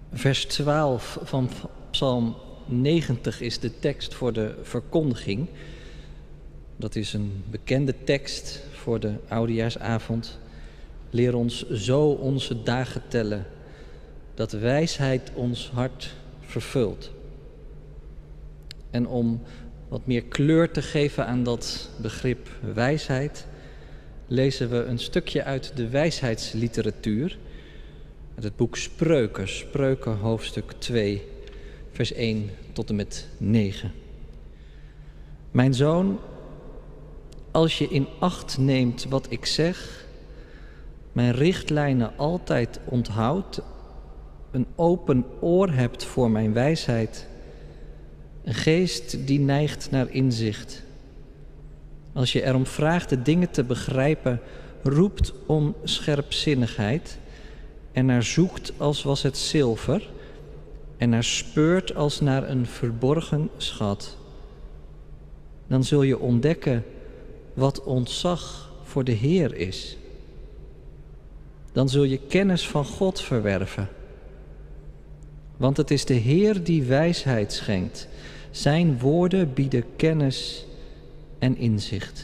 Vers 12 van Psalm 90 is de tekst voor de verkondiging. Dat is een bekende tekst voor de oudejaarsavond. Leer ons zo onze dagen tellen, dat wijsheid ons hart vervult. En om wat meer kleur te geven aan dat begrip wijsheid, lezen we een stukje uit de wijsheidsliteratuur, uit het boek Spreuken, Spreuken hoofdstuk 2, vers 1 tot en met 9. Mijn zoon, als je in acht neemt wat ik zeg, mijn richtlijnen altijd onthoudt, een open oor hebt voor mijn wijsheid, een geest die neigt naar inzicht. Als je erom vraagt de dingen te begrijpen, roept om scherpzinnigheid, en naar zoekt als was het zilver, en naar speurt als naar een verborgen schat, dan zul je ontdekken wat ontzag voor de Heer is. Dan zul je kennis van God verwerven. Want het is de Heer die wijsheid schenkt. Zijn woorden bieden kennis en inzicht.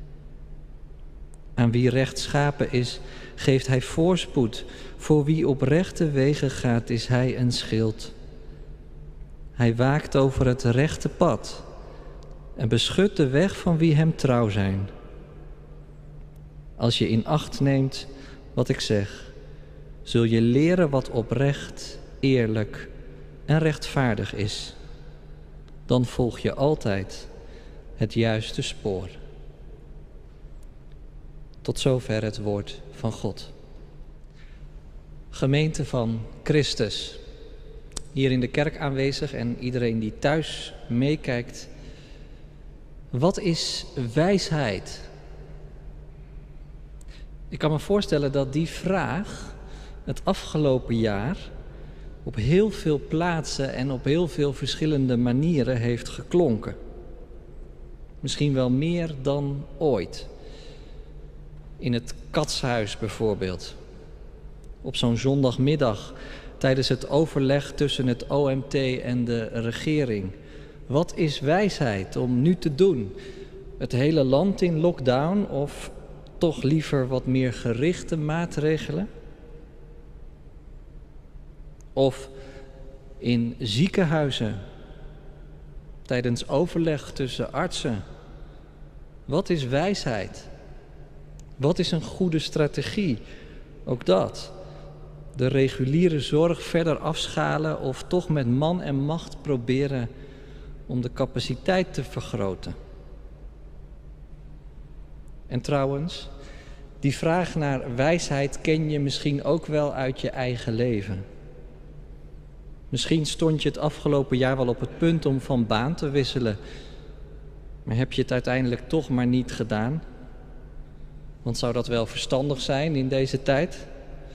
Aan wie rechtschapen is, geeft hij voorspoed. Voor wie op rechte wegen gaat, is hij een schild. Hij waakt over het rechte pad en beschut de weg van wie hem trouw zijn. Als je in acht neemt wat ik zeg, zul je leren wat oprecht, eerlijk en rechtvaardig is. Dan volg je altijd het juiste spoor. Tot zover het woord van God. Gemeente van Christus, hier in de kerk aanwezig en iedereen die thuis meekijkt. Wat is wijsheid? Ik kan me voorstellen dat die vraag het afgelopen jaar op heel veel plaatsen en op heel veel verschillende manieren heeft geklonken. Misschien wel meer dan ooit. In het katshuis bijvoorbeeld. Op zo'n zondagmiddag tijdens het overleg tussen het OMT en de regering. Wat is wijsheid om nu te doen? Het hele land in lockdown of toch liever wat meer gerichte maatregelen? Of in ziekenhuizen tijdens overleg tussen artsen. Wat is wijsheid? Wat is een goede strategie? Ook dat. De reguliere zorg verder afschalen of toch met man en macht proberen om de capaciteit te vergroten. En trouwens, die vraag naar wijsheid ken je misschien ook wel uit je eigen leven. Misschien stond je het afgelopen jaar wel op het punt om van baan te wisselen, maar heb je het uiteindelijk toch maar niet gedaan? Want zou dat wel verstandig zijn in deze tijd?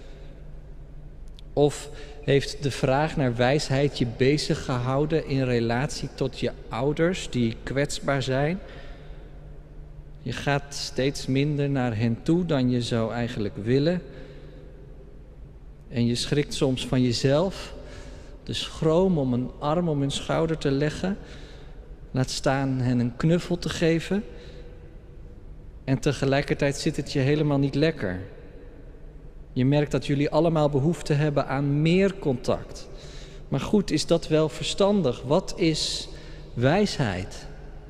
Of heeft de vraag naar wijsheid je bezig gehouden in relatie tot je ouders die kwetsbaar zijn? Je gaat steeds minder naar hen toe dan je zou eigenlijk willen. En je schrikt soms van jezelf, de schroom om een arm om hun schouder te leggen, laat staan hen een knuffel te geven. En tegelijkertijd zit het je helemaal niet lekker. Je merkt dat jullie allemaal behoefte hebben aan meer contact. Maar goed, is dat wel verstandig? Wat is wijsheid?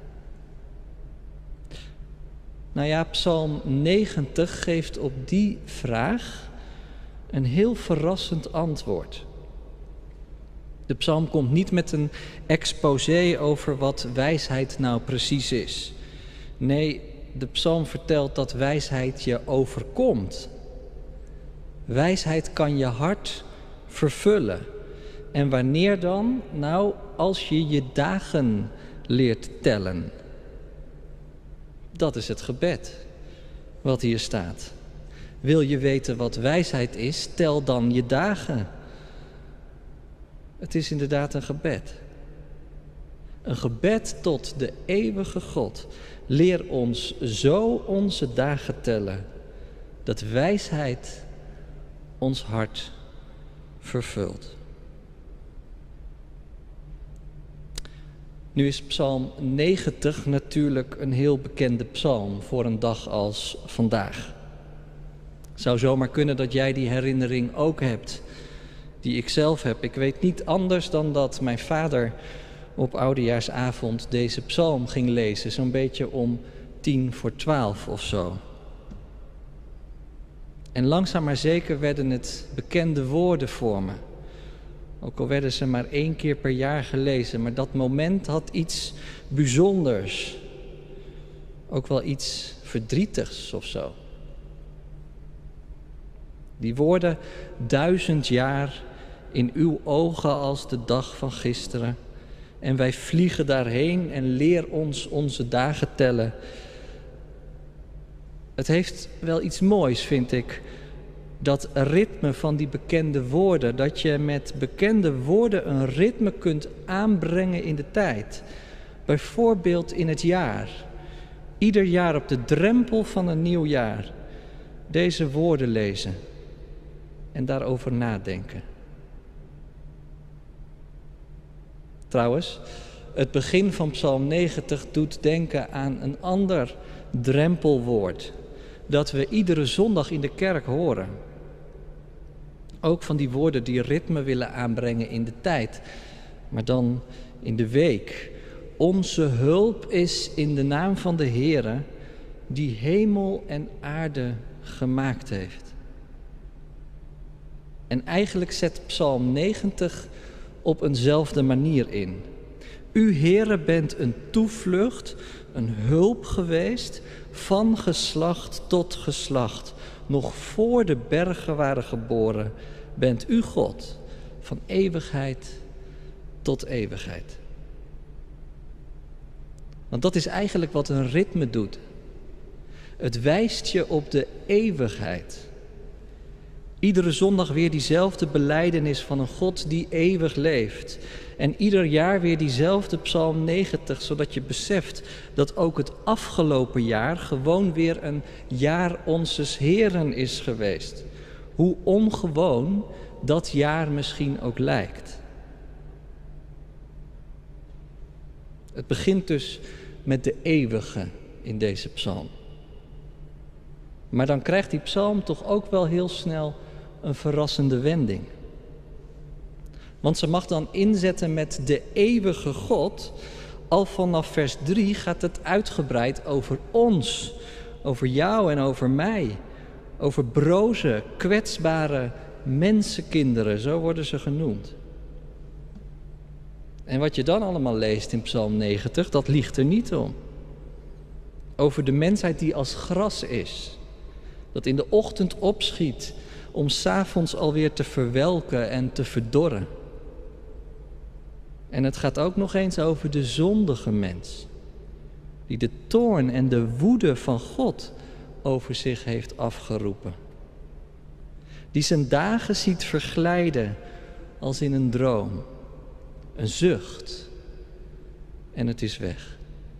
Nou ja, Psalm 90 geeft op die vraag een heel verrassend antwoord. De psalm komt niet met een exposé over wat wijsheid nou precies is. Nee, de psalm vertelt dat wijsheid je overkomt. Wijsheid kan je hart vervullen. En wanneer dan? Nou, als je je dagen leert tellen. Dat is het gebed wat hier staat. Wil je weten wat wijsheid is, tel dan je dagen. Het is inderdaad een gebed. Een gebed tot de eeuwige God. Leer ons zo onze dagen tellen, dat wijsheid ons hart vervult. Nu is Psalm 90 natuurlijk een heel bekende psalm voor een dag als vandaag. Het zou zomaar kunnen dat jij die herinnering ook hebt, die ik zelf heb. Ik weet niet anders dan dat mijn vader op oudejaarsavond deze psalm ging lezen, zo'n beetje om 11:50 of zo. En langzaam maar zeker werden het bekende woorden voor me. Ook al werden ze maar 1 keer per jaar gelezen, maar dat moment had iets bijzonders. Ook wel iets verdrietigs of zo. Die woorden, 1000 jaar in uw ogen als de dag van gisteren. En wij vliegen daarheen en leer ons onze dagen tellen. Het heeft wel iets moois, vind ik, dat ritme van die bekende woorden. Dat je met bekende woorden een ritme kunt aanbrengen in de tijd. Bijvoorbeeld in het jaar. Ieder jaar op de drempel van een nieuw jaar. Deze woorden lezen. En daarover nadenken. Trouwens, het begin van Psalm 90 doet denken aan een ander drempelwoord. Dat we iedere zondag in de kerk horen. Ook van die woorden die ritme willen aanbrengen in de tijd. Maar dan in de week. Onze hulp is in de naam van de Heere, die hemel en aarde gemaakt heeft. En eigenlijk zet Psalm 90 op eenzelfde manier in. U, Heere, bent een toevlucht, een hulp geweest, van geslacht tot geslacht. Nog voor de bergen waren geboren, bent u God, van eeuwigheid tot eeuwigheid. Want dat is eigenlijk wat een ritme doet. Het wijst je op de eeuwigheid. Iedere zondag weer diezelfde belijdenis van een God die eeuwig leeft. En ieder jaar weer diezelfde Psalm 90, zodat je beseft dat ook het afgelopen jaar gewoon weer een jaar onzes Heeren is geweest. Hoe ongewoon dat jaar misschien ook lijkt. Het begint dus met de eeuwige in deze psalm. Maar dan krijgt die psalm toch ook wel heel snel een verrassende wending. Want ze mag dan inzetten met de eeuwige God. Al vanaf vers 3 gaat het uitgebreid over ons, over jou en over mij. Over broze, kwetsbare mensenkinderen, zo worden ze genoemd. En wat je dan allemaal leest in Psalm 90, dat liegt er niet om. Over de mensheid die als gras is. Dat in de ochtend opschiet om 's avonds alweer te verwelken en te verdorren. En het gaat ook nog eens over de zondige mens. Die de toorn en de woede van God over zich heeft afgeroepen. Die zijn dagen ziet verglijden als in een droom. Een zucht. En het is weg.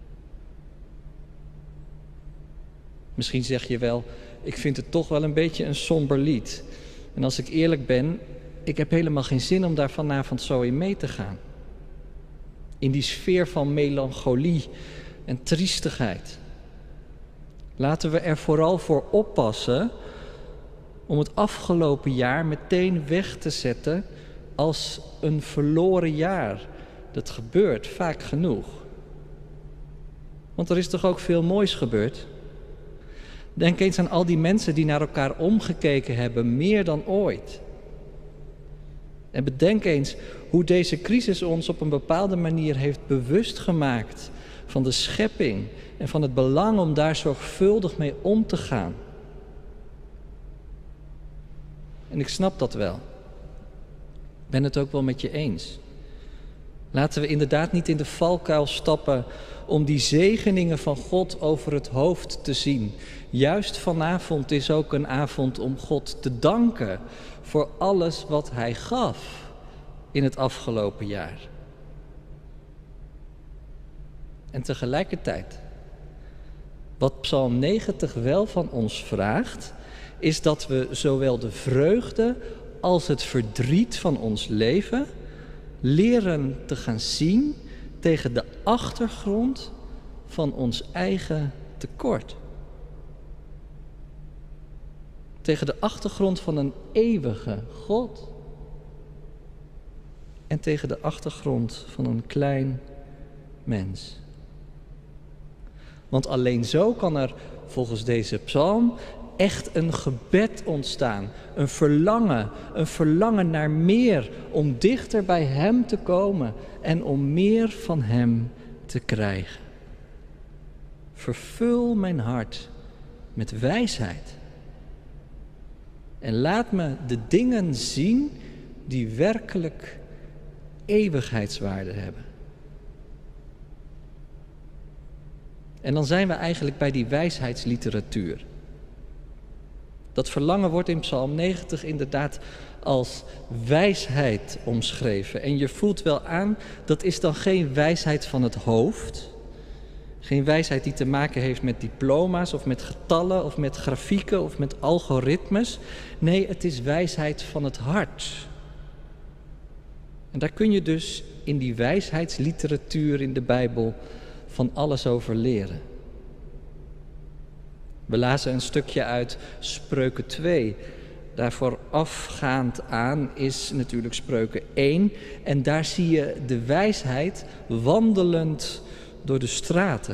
Misschien zeg je wel, ik vind het toch wel een beetje een somber lied. En als ik eerlijk ben, ik heb helemaal geen zin om daar vanavond zo in mee te gaan. In die sfeer van melancholie en triestigheid. Laten we er vooral voor oppassen om het afgelopen jaar meteen weg te zetten als een verloren jaar. Dat gebeurt vaak genoeg. Want er is toch ook veel moois gebeurd? Denk eens aan al die mensen die naar elkaar omgekeken hebben, meer dan ooit. En bedenk eens hoe deze crisis ons op een bepaalde manier heeft bewust gemaakt van de schepping en van het belang om daar zorgvuldig mee om te gaan. En ik snap dat wel. Ik ben het ook wel met je eens. Laten we inderdaad niet in de valkuil stappen om die zegeningen van God over het hoofd te zien. Juist vanavond is ook een avond om God te danken voor alles wat Hij gaf in het afgelopen jaar. En tegelijkertijd, wat Psalm 90 wel van ons vraagt, is dat we zowel de vreugde als het verdriet van ons leven leren te gaan zien tegen de achtergrond van ons eigen tekort. Tegen de achtergrond van een eeuwige God. En tegen de achtergrond van een klein mens. Want alleen zo kan er volgens deze psalm echt een gebed ontstaan. Een verlangen naar meer, om dichter bij Hem te komen en om meer van Hem te krijgen. Vervul mijn hart met wijsheid. En laat me de dingen zien die werkelijk eeuwigheidswaarde hebben. En dan zijn we eigenlijk bij die wijsheidsliteratuur. Dat verlangen wordt in Psalm 90 inderdaad als wijsheid omschreven. En je voelt wel aan, dat is dan geen wijsheid van het hoofd. Geen wijsheid die te maken heeft met diploma's of met getallen of met grafieken of met algoritmes. Nee, het is wijsheid van het hart. En daar kun je dus in die wijsheidsliteratuur in de Bijbel van alles over leren. We lazen een stukje uit Spreuken 2. Daarvoor afgaand aan is natuurlijk Spreuken 1. En daar zie je de wijsheid wandelend door de straten.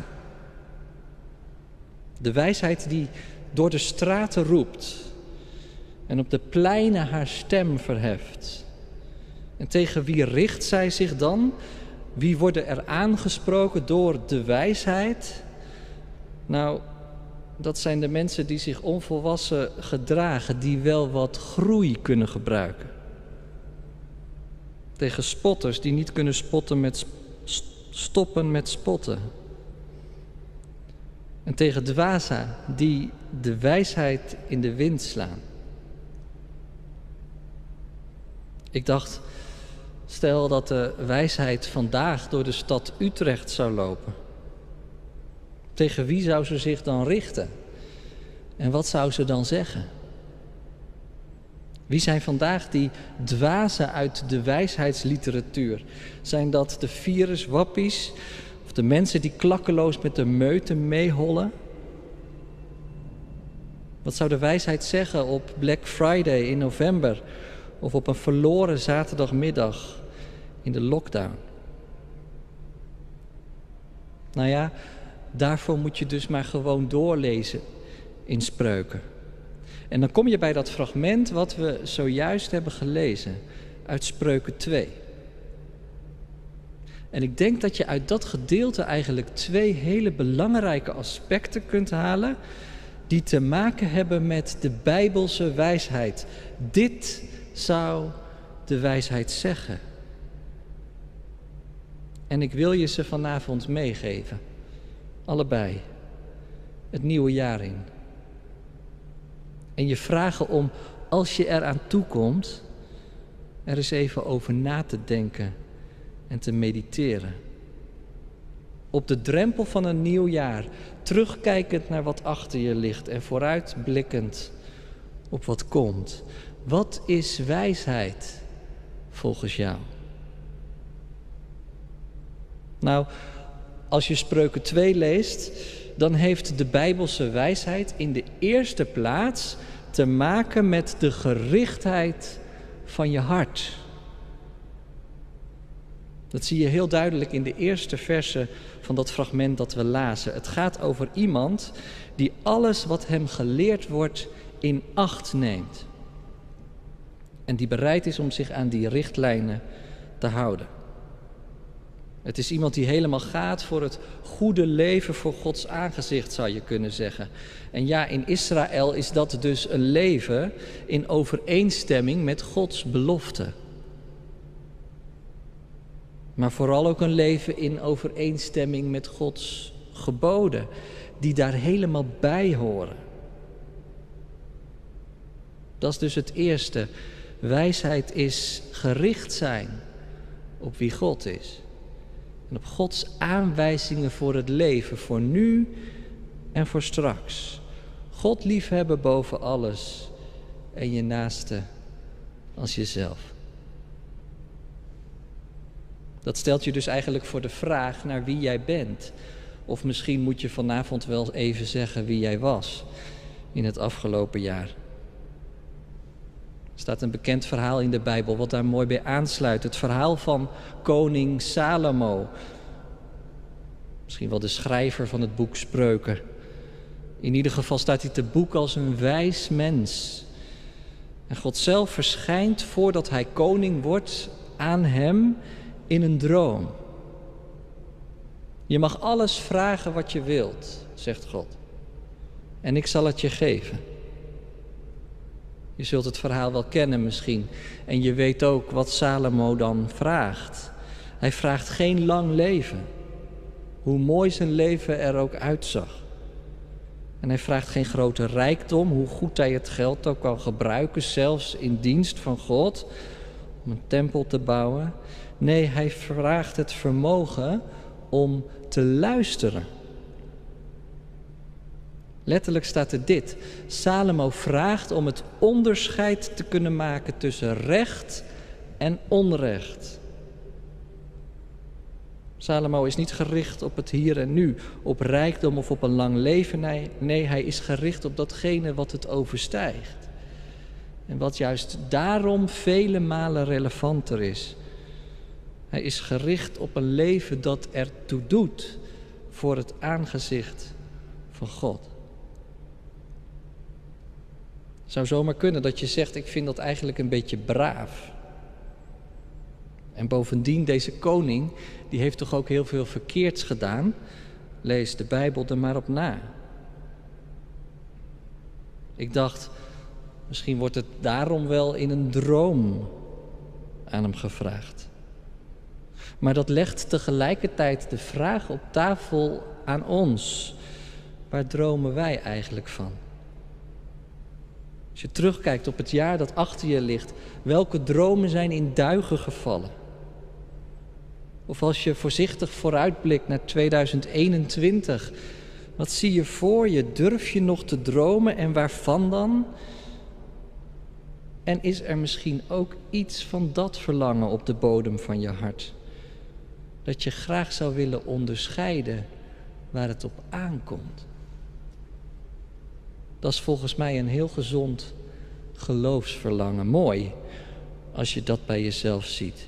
De wijsheid die door de straten roept en op de pleinen haar stem verheft. En tegen wie richt zij zich dan? Wie worden er aangesproken door de wijsheid? Nou, dat zijn de mensen die zich onvolwassen gedragen, die wel wat groei kunnen gebruiken. Tegen spotters die niet kunnen stoppen met spotten. En tegen dwazen die de wijsheid in de wind slaan. Ik dacht, stel dat de wijsheid vandaag door de stad Utrecht zou lopen. Tegen wie zou ze zich dan richten? En wat zou ze dan zeggen? Wie zijn vandaag die dwazen uit de wijsheidsliteratuur? Zijn dat de viruswappies of de mensen die klakkeloos met de meute meehollen? Wat zou de wijsheid zeggen op Black Friday in november of op een verloren zaterdagmiddag in de lockdown? Nou ja, daarvoor moet je dus maar gewoon doorlezen in Spreuken. En dan kom je bij dat fragment wat we zojuist hebben gelezen uit Spreuken 2. En ik denk dat je uit dat gedeelte eigenlijk twee hele belangrijke aspecten kunt halen die te maken hebben met de Bijbelse wijsheid. Dit zou de wijsheid zeggen. En ik wil je ze vanavond meegeven. Allebei. Het nieuwe jaar in. En je vragen om, als je eraan toekomt, er eens even over na te denken en te mediteren. Op de drempel van een nieuw jaar, terugkijkend naar wat achter je ligt en vooruitblikkend op wat komt. Wat is wijsheid volgens jou? Nou, als je Spreuken 2 leest, dan heeft de Bijbelse wijsheid in de eerste plaats te maken met de gerichtheid van je hart. Dat zie je heel duidelijk in de eerste verse van dat fragment dat we lazen. Het gaat over iemand die alles wat hem geleerd wordt in acht neemt. En die bereid is om zich aan die richtlijnen te houden. Het is iemand die helemaal gaat voor het goede leven voor Gods aangezicht, zou je kunnen zeggen. En ja, in Israël is dat dus een leven in overeenstemming met Gods belofte. Maar vooral ook een leven in overeenstemming met Gods geboden, die daar helemaal bij horen. Dat is dus het eerste. Wijsheid is gericht zijn op wie God is. En op Gods aanwijzingen voor het leven, voor nu en voor straks. God liefhebben boven alles en je naaste als jezelf. Dat stelt je dus eigenlijk voor de vraag naar wie jij bent. Of misschien moet je vanavond wel even zeggen wie jij was in het afgelopen jaar. Er staat een bekend verhaal in de Bijbel wat daar mooi bij aansluit. Het verhaal van koning Salomo. Misschien wel de schrijver van het boek Spreuken. In ieder geval staat hij te boek als een wijs mens. En God zelf verschijnt voordat hij koning wordt aan hem in een droom. Je mag alles vragen wat je wilt, zegt God. En ik zal het je geven. Je zult het verhaal wel kennen misschien. En je weet ook wat Salomo dan vraagt. Hij vraagt geen lang leven. Hoe mooi zijn leven er ook uitzag. En hij vraagt geen grote rijkdom, hoe goed hij het geld ook kan gebruiken, zelfs in dienst van God, om een tempel te bouwen. Nee, hij vraagt het vermogen om te luisteren. Letterlijk staat er dit. Salomo vraagt om het onderscheid te kunnen maken tussen recht en onrecht. Salomo is niet gericht op het hier en nu, op rijkdom of op een lang leven. Nee, hij is gericht op datgene wat het overstijgt. En wat juist daarom vele malen relevanter is. Hij is gericht op een leven dat ertoe doet voor het aangezicht van God. Het zou zomaar kunnen dat je zegt, ik vind dat eigenlijk een beetje braaf. En bovendien, deze koning, die heeft toch ook heel veel verkeerds gedaan? Lees de Bijbel er maar op na. Ik dacht, misschien wordt het daarom wel in een droom aan hem gevraagd. Maar dat legt tegelijkertijd de vraag op tafel aan ons. Waar dromen wij eigenlijk van? Als je terugkijkt op het jaar dat achter je ligt, welke dromen zijn in duigen gevallen? Of als je voorzichtig vooruitblikt naar 2021, wat zie je voor je? Durf je nog te dromen en waarvan dan? En is er misschien ook iets van dat verlangen op de bodem van je hart? Dat je graag zou willen onderscheiden waar het op aankomt. Dat is volgens mij een heel gezond geloofsverlangen. Mooi als je dat bij jezelf ziet.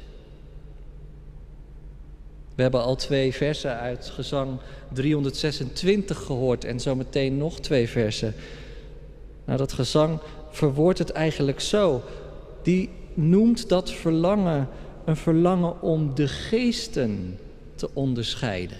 We hebben al 2 versen uit Gezang 326 gehoord en zometeen nog 2 versen. Nou, dat gezang verwoordt het eigenlijk zo. Die noemt dat verlangen een verlangen om de geesten te onderscheiden.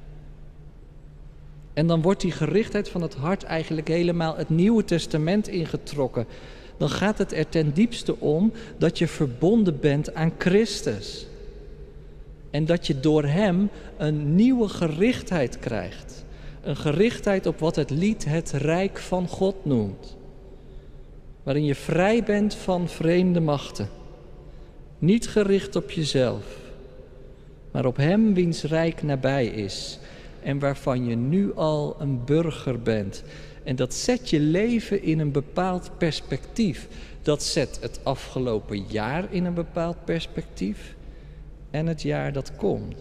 En dan wordt die gerichtheid van het hart eigenlijk helemaal het Nieuwe Testament ingetrokken. Dan gaat het er ten diepste om dat je verbonden bent aan Christus. En dat je door hem een nieuwe gerichtheid krijgt. Een gerichtheid op wat het lied het Rijk van God noemt. Waarin je vrij bent van vreemde machten. Niet gericht op jezelf, maar op hem wiens rijk nabij is. En waarvan je nu al een burger bent. En dat zet je leven in een bepaald perspectief. Dat zet het afgelopen jaar in een bepaald perspectief. En het jaar dat komt.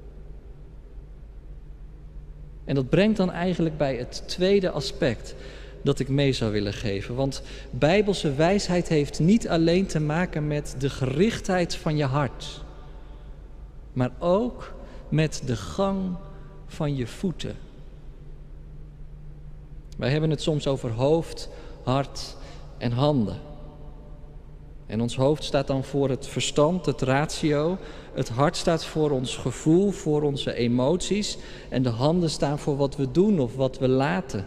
En dat brengt dan eigenlijk bij het tweede aspect dat ik mee zou willen geven. Want Bijbelse wijsheid heeft niet alleen te maken met de gerichtheid van je hart. Maar ook met de gang van je voeten. Wij hebben het soms over hoofd, hart en handen. En ons hoofd staat dan voor het verstand, het ratio. Het hart staat voor ons gevoel, voor onze emoties. En de handen staan voor wat we doen of wat we laten.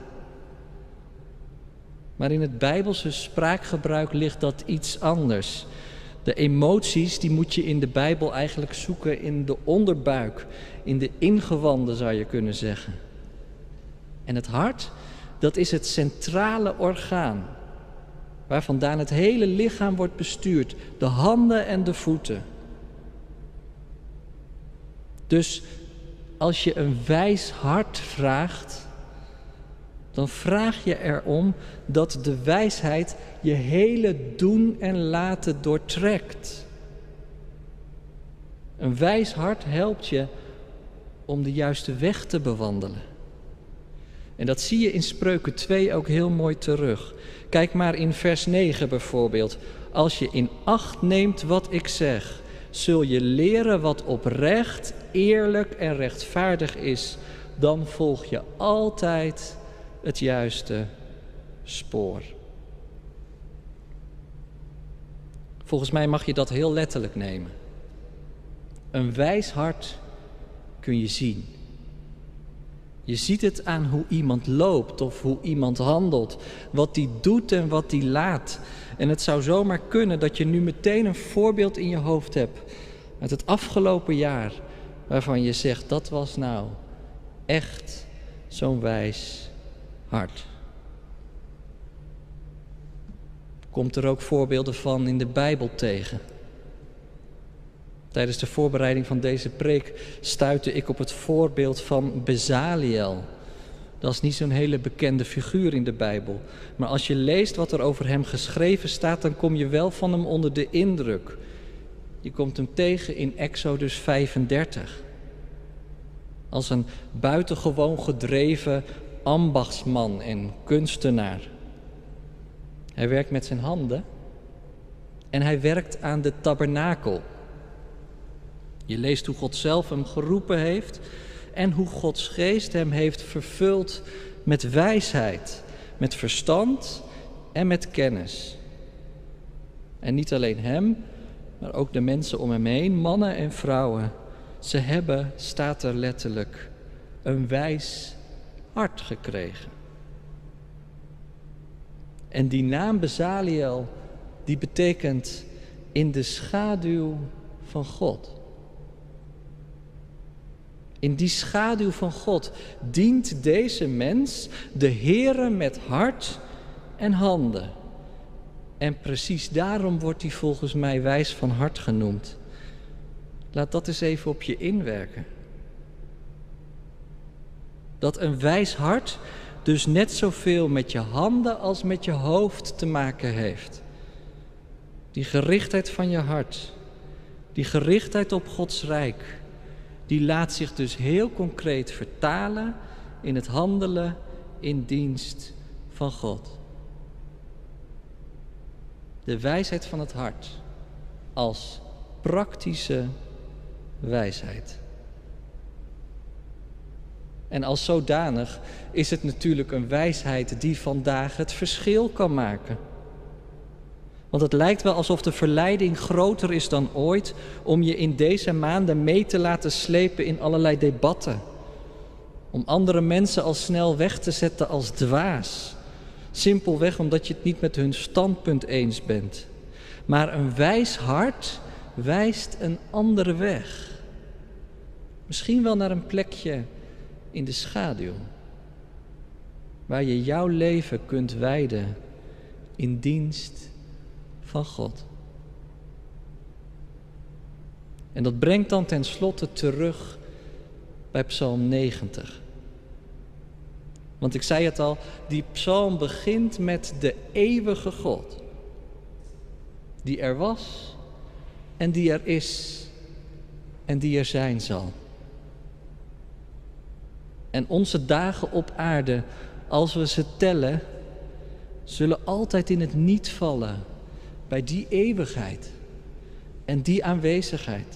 Maar in het Bijbelse spraakgebruik ligt dat iets anders. De emoties die moet je in de Bijbel eigenlijk zoeken in de onderbuik, in de ingewanden zou je kunnen zeggen. En het hart, dat is het centrale orgaan, waar vandaan het hele lichaam wordt bestuurd, de handen en de voeten. Dus als je een wijs hart vraagt, dan vraag je erom dat de wijsheid je hele doen en laten doortrekt. Een wijs hart helpt je om de juiste weg te bewandelen. En dat zie je in Spreuken 2 ook heel mooi terug. Kijk maar in vers 9 bijvoorbeeld. Als je in acht neemt wat ik zeg, zul je leren wat oprecht, eerlijk en rechtvaardig is. Dan volg je altijd het juiste spoor. Volgens mij mag je dat heel letterlijk nemen. Een wijs hart kun je zien. Je ziet het aan hoe iemand loopt of hoe iemand handelt, wat die doet en wat die laat. En het zou zomaar kunnen dat je nu meteen een voorbeeld in je hoofd hebt uit het afgelopen jaar, waarvan je zegt, dat was nou echt zo'n wijs hart. Komt er ook voorbeelden van in de Bijbel tegen? Tijdens de voorbereiding van deze preek stuitte ik op het voorbeeld van Bezaliel. Dat is niet zo'n hele bekende figuur in de Bijbel. Maar als je leest wat er over hem geschreven staat, dan kom je wel van hem onder de indruk. Je komt hem tegen in Exodus 35. Als een buitengewoon gedreven ambachtsman en kunstenaar. Hij werkt met zijn handen en hij werkt aan de tabernakel. Je leest hoe God zelf hem geroepen heeft en hoe Gods geest hem heeft vervuld met wijsheid, met verstand en met kennis. En niet alleen hem, maar ook de mensen om hem heen, mannen en vrouwen. Ze hebben, staat er letterlijk, een wijs hart gekregen. En die naam Bezaliel, die betekent in de schaduw van God. In die schaduw van God dient deze mens de Heere met hart en handen. En precies daarom wordt hij volgens mij wijs van hart genoemd. Laat dat eens even op je inwerken. Dat een wijs hart dus net zoveel met je handen als met je hoofd te maken heeft. Die gerichtheid van je hart, die gerichtheid op Gods rijk, die laat zich dus heel concreet vertalen in het handelen in dienst van God. De wijsheid van het hart als praktische wijsheid. En als zodanig is het natuurlijk een wijsheid die vandaag het verschil kan maken. Want het lijkt wel alsof de verleiding groter is dan ooit om je in deze maanden mee te laten slepen in allerlei debatten. Om andere mensen al snel weg te zetten als dwaas. Simpelweg omdat je het niet met hun standpunt eens bent. Maar een wijs hart wijst een andere weg. Misschien wel naar een plekje in de schaduw. Waar je jouw leven kunt wijden in dienst van God. En dat brengt dan tenslotte terug bij Psalm 90. Want ik zei het al, die psalm begint met de eeuwige God. Die er was en die er is en die er zijn zal. En onze dagen op aarde, als we ze tellen, zullen altijd in het niet vallen bij die eeuwigheid en die aanwezigheid.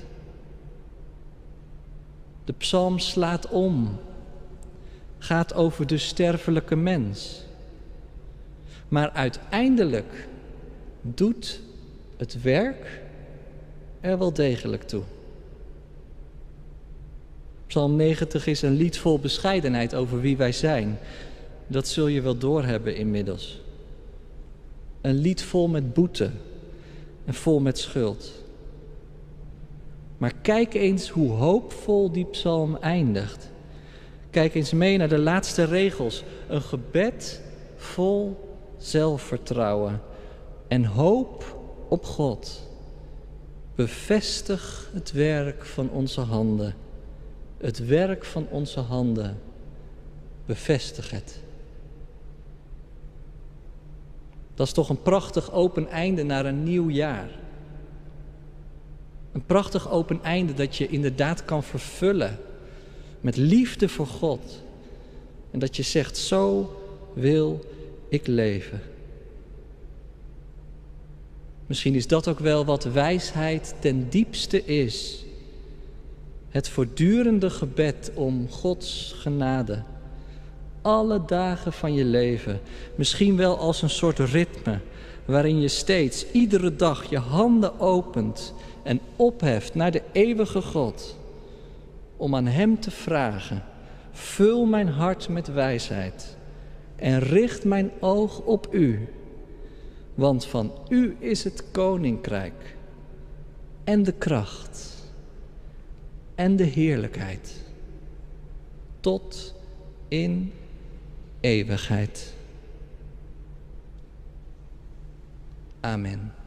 De psalm slaat om, gaat over de sterfelijke mens. Maar uiteindelijk doet het werk er wel degelijk toe. Psalm 90 is een lied vol bescheidenheid over wie wij zijn. Dat zul je wel doorhebben inmiddels. Een lied vol met boete en vol met schuld. Maar kijk eens hoe hoopvol die psalm eindigt. Kijk eens mee naar de laatste regels. Een gebed vol zelfvertrouwen en hoop op God. Bevestig het werk van onze handen. Het werk van onze handen. Bevestig het. Dat is toch een prachtig open einde naar een nieuw jaar. Een prachtig open einde dat je inderdaad kan vervullen met liefde voor God. En dat je zegt, zo wil ik leven. Misschien is dat ook wel wat wijsheid ten diepste is. Het voortdurende gebed om Gods genade. Alle dagen van je leven. Misschien wel als een soort ritme. Waarin je steeds, iedere dag, je handen opent en opheft naar de eeuwige God. Om aan Hem te vragen. Vul mijn hart met wijsheid. En richt mijn oog op U. Want van U is het koninkrijk. En de kracht. En de heerlijkheid. Tot in eeuwigheid. Amen.